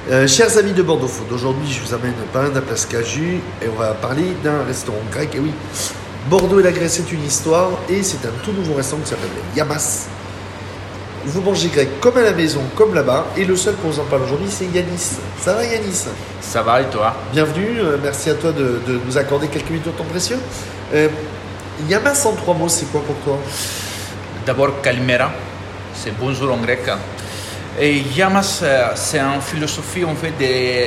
Chers amis de Bordeaux Food, aujourd'hui je vous amène pas à la place Caju et on va parler d'un restaurant grec. Et oui, Bordeaux et la Grèce c'est une histoire et c'est un tout nouveau restaurant qui s'appelle Yamas. Vous mangez grec comme à la maison, comme là-bas, et le seul qu'on vous en parle aujourd'hui c'est Yanis. Ça va Yanis? Ça va et toi? Bienvenue, merci à toi de nous accorder quelques minutes de temps précieux. Yamas en 3 mots, c'est quoi pour toi? D'abord Kalimera, c'est bonjour en grec. Et Yamas, c'est une philosophie en fait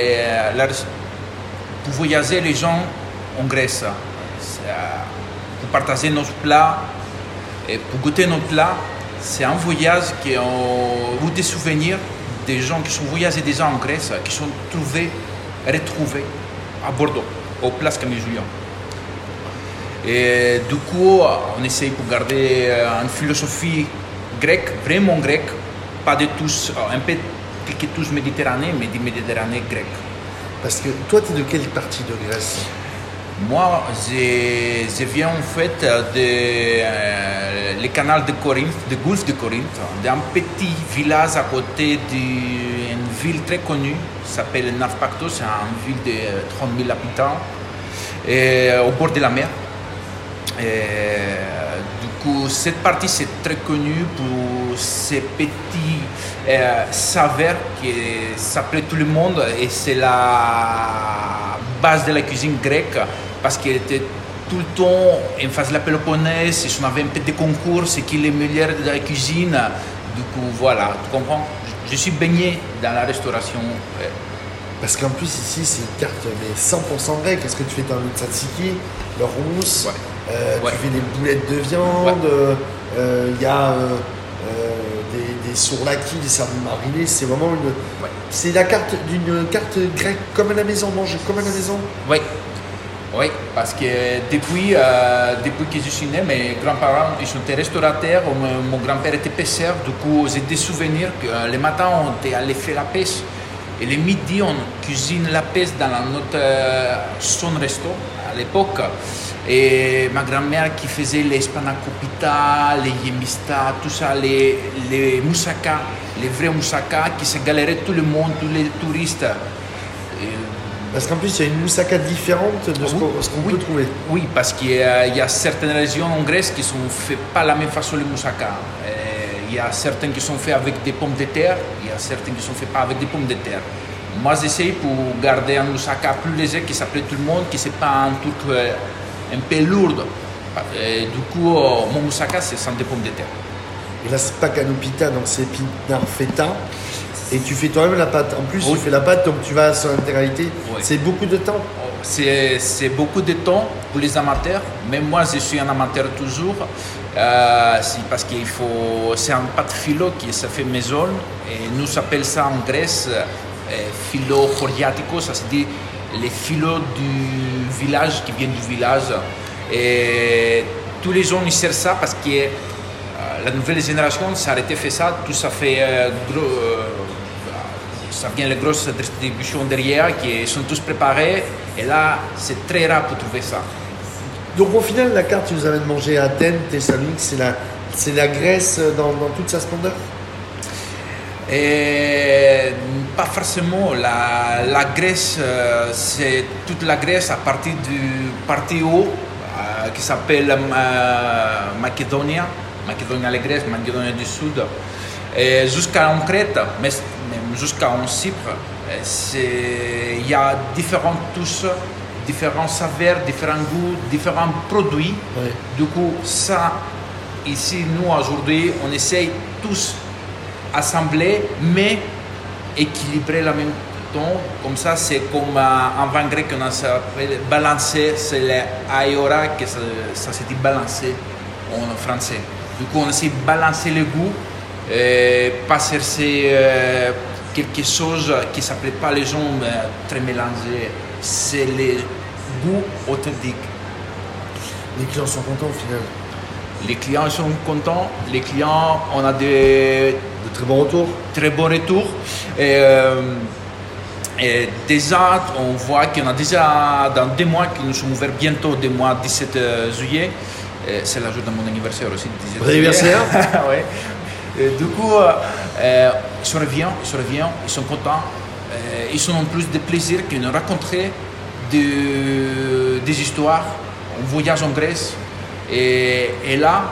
pour voyager les gens en Grèce, pour partager nos plats et pour goûter nos plats. C'est un voyage ou des souvenirs des gens qui sont voyagés déjà en Grèce, qui sont retrouvés à Bordeaux, aux places Camille Julien. Et du coup, on essaye pour garder une philosophie grecque, vraiment grecque, pas de tous, un peu quelques touches méditerranéennes, mais des Méditerranée grecque. Parce que toi, tu es de quelle partie de Grèce? Moi, je viens en fait le canal de Corinthe, de Golfe de Corinthe, d'un petit village à côté d'une ville très connue, qui s'appelle Nafpaktos, c'est une ville de 30 000 habitants, au bord de la mer. Et, du coup, cette partie c'est très connue pour ces petits saveurs qui s'appelaient tout le monde et c'est la base de la cuisine grecque parce qu'elle était tout le temps en face de la Péloponnèse, on avait un peu de concours, c'est qui est le meilleur de la cuisine. Du coup, voilà, tu comprends? Je suis baigné dans la restauration. Parce qu'en plus ici c'est une carte mais 100% grecque. Est-ce que tu fais ton tzatziki, le roumous, tu fais des boulettes de viande, y a des sourlaki, des sardines marinées. C'est vraiment c'est la carte d'une carte grecque comme à la maison, manger comme à la maison. Oui, parce que depuis que je suis né, mes grands-parents ils étaient restaurateurs, mon grand-père était pêcheur, du coup j'ai des souvenirs que le matin on était allé faire la pêche. Et le midi, on cuisine la pêche dans son resto à l'époque. Et ma grand-mère qui faisait les spanakopita, les yemista, tout ça, les moussaka, les vrais moussaka qui se galéraient tout le monde, tous les touristes. Parce qu'en plus, il y a une moussaka différente de ce qu'on peut trouver. Oui, parce qu'il y a certaines régions en Grèce qui ne font pas la même façon les moussaka. Il y a certains qui sont faits avec des pommes de terre, il y a certains qui ne sont faits pas avec des pommes de terre. Moi, j'essaye pour garder un moussaka plus léger qui s'appelle tout le monde, qui n'est pas un truc un peu lourd. Du coup, mon moussaka, c'est sans des pommes de terre. Et là, c'est pas canopita, donc c'est épinard feta. Et tu fais toi-même la pâte. En plus, tu fais la pâte, donc tu vas sur l'intégralité. C'est beaucoup de temps. C'est beaucoup de temps pour les amateurs. Même moi, je suis un amateur toujours. Parce qu'il faut, c'est un pâte philo qui se fait maison et nous appelons ça en Grèce philo choriatico, ça se dit les philos du village qui viennent du village et tous les gens ils servent ça parce que la nouvelle génération s'est arrêté faire ça, tout ça fait ça vient les grosses distributions derrière qui sont tous préparés et là c'est très rare pour trouver ça. Donc au final, la carte, tu nous amènes manger à Athènes, Thessalonique, c'est la Grèce dans toute sa splendeur? Et pas forcément. La Grèce, c'est toute la Grèce à partir du parti haut qui s'appelle Macédonie, la Grèce, Macédonie du Sud, et jusqu'à Crète, même jusqu'à Chypre. Il y a différentes touches, différents saveurs, différents goûts, différents produits. Oui. Du coup, ça, ici, nous, aujourd'hui, on essaye tous assembler, mais équilibrer la même temps. Comme ça, c'est comme en vin grec, on s'appelle balancer, c'est l'aïora, que ça se dit balancer en français. Du coup, on essaie de balancer le goût, pas chercher quelque chose qui ne s'appelle pas les gens très mélangés. C'est les goûts authentiques. Les clients sont contents au final? Les clients sont contents. Les clients, on a de très bons retours. Très bons retours. Et déjà, on voit qu'on a déjà dans 2 mois, que nous sommes ouverts bientôt, 2 mois, 17 juillet. C'est le jour de mon anniversaire aussi. Bon anniversaire. Ouais. Du coup, ils se reviennent, ils sont contents. ils sont en plus de plaisir que nous raconter des histoires. On voyage en Grèce et là,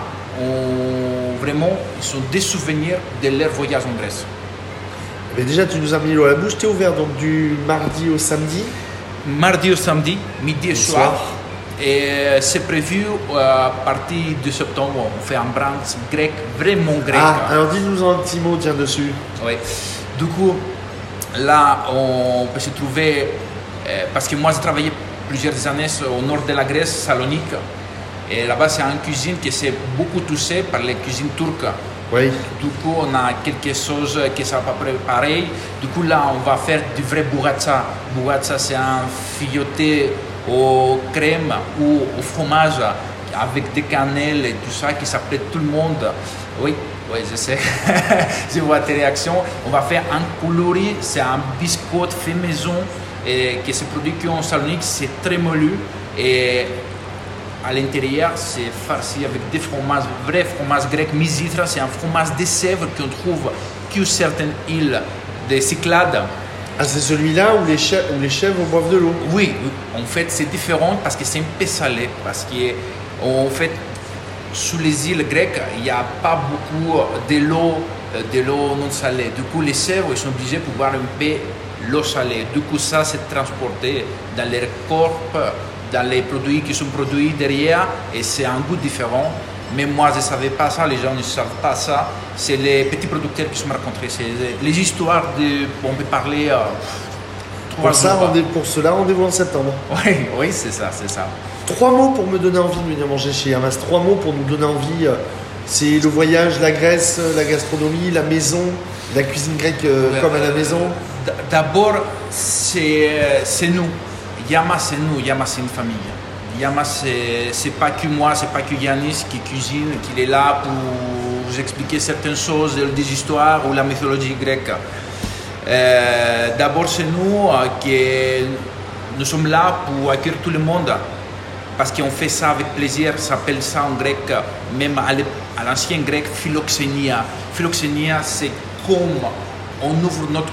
vraiment, ils sont des souvenirs de leur voyage en Grèce. Mais déjà, tu nous as mis l'eau à la bouche. Tu es ouvert donc du mardi au samedi? Mardi au samedi, midi et soir. Et c'est prévu à partir de septembre. On fait un brunch grec, vraiment grec. Ah, alors dis-nous un petit mot, tiens, dessus. Oui. Du coup, là, on peut se trouver. Parce que moi, j'ai travaillé plusieurs années au nord de la Grèce, Salonique. Et là-bas, c'est une cuisine qui s'est beaucoup touchée par les cuisines turques. Oui. Du coup, on a quelque chose qui est à peu près pareil. Du coup, là, on va faire du vrai burrata. Burrata, c'est un feuilleté au crème ou au fromage avec des cannelles et tout ça qui s'appelle tout le monde. Oui, je sais. Je vois tes réactions. On va faire un coulouri, c'est un biscuit fait maison et qui se produit en Salonique. C'est très moulu et à l'intérieur, c'est farci avec des fromages, vrais fromages grecs. Misitra, c'est un fromage de Sèvres qu'on trouve que certaines îles des Cyclades. Ah, c'est celui-là où les chèvres boivent de l'eau? Oui, en fait, c'est différent parce que c'est un peu salé. Parce qu'en fait, sous les îles grecques, il n'y a pas beaucoup de l'eau non salée. Du coup, les Sèvres, ils sont obligés de boire un peu l'eau salée. Du coup, ça, c'est transporté dans leur corps, dans les produits qui sont produits derrière, et c'est un goût différent. Mais moi, je ne savais pas ça, les gens ne savent pas ça. C'est les petits producteurs qui sont racontés. C'est les histoires on peut parler. Pour cela, rendez-vous en septembre. Oui, c'est ça. 3 mots pour me donner envie de venir manger chez Yamas. 3 mots pour nous donner envie. C'est le voyage, la Grèce, la gastronomie, la maison, la cuisine grecque comme à la maison. D'abord, c'est nous. Yamas, c'est nous. Yamas, c'est une famille. Yamas, c'est pas que moi, c'est pas que Yanis qui cuisine, qui est là pour vous expliquer certaines choses, des histoires ou la mythologie grecque. D'abord, c'est nous qui nous sommes là pour accueillir tout le monde parce qu'on fait ça avec plaisir. Ça s'appelle ça en grec, même à l'ancien grec, philoxénia. Philoxénia, c'est comme on ouvre notre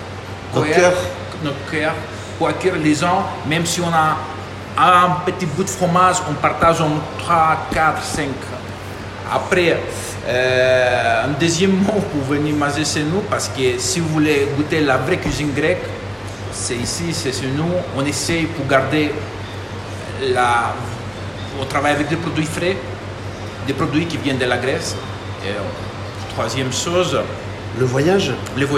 cœur pour accueillir les gens, même si on a un petit bout de fromage, on partage en 3, 4, 5. Après, un deuxième mot pour venir manger chez nous, parce que si vous voulez goûter la vraie cuisine grecque, c'est ici, c'est chez nous. On essaye pour garder on travaille avec des produits frais, des produits qui viennent de la Grèce. Et, troisième chose, le voyage.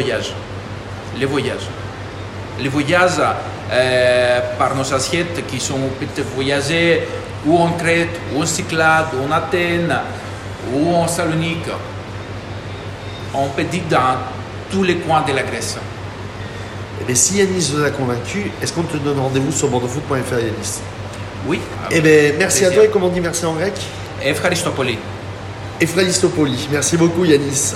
Les voyages par nos assiettes qui sont peut-être voyagés ou en Crète, ou en Cyclades, ou en Athènes, ou en Salonique. On peut dire dans tous les coins de la Grèce. Eh bien, si Yanis vous a convaincu, est-ce qu'on te donne rendez-vous sur bordeauxfoot.fr, Yanis? Oui. Eh bien, merci à toi. Et comment on dit merci en grec? Efcharistopoli. Efcharistopoli. Merci beaucoup, Yanis.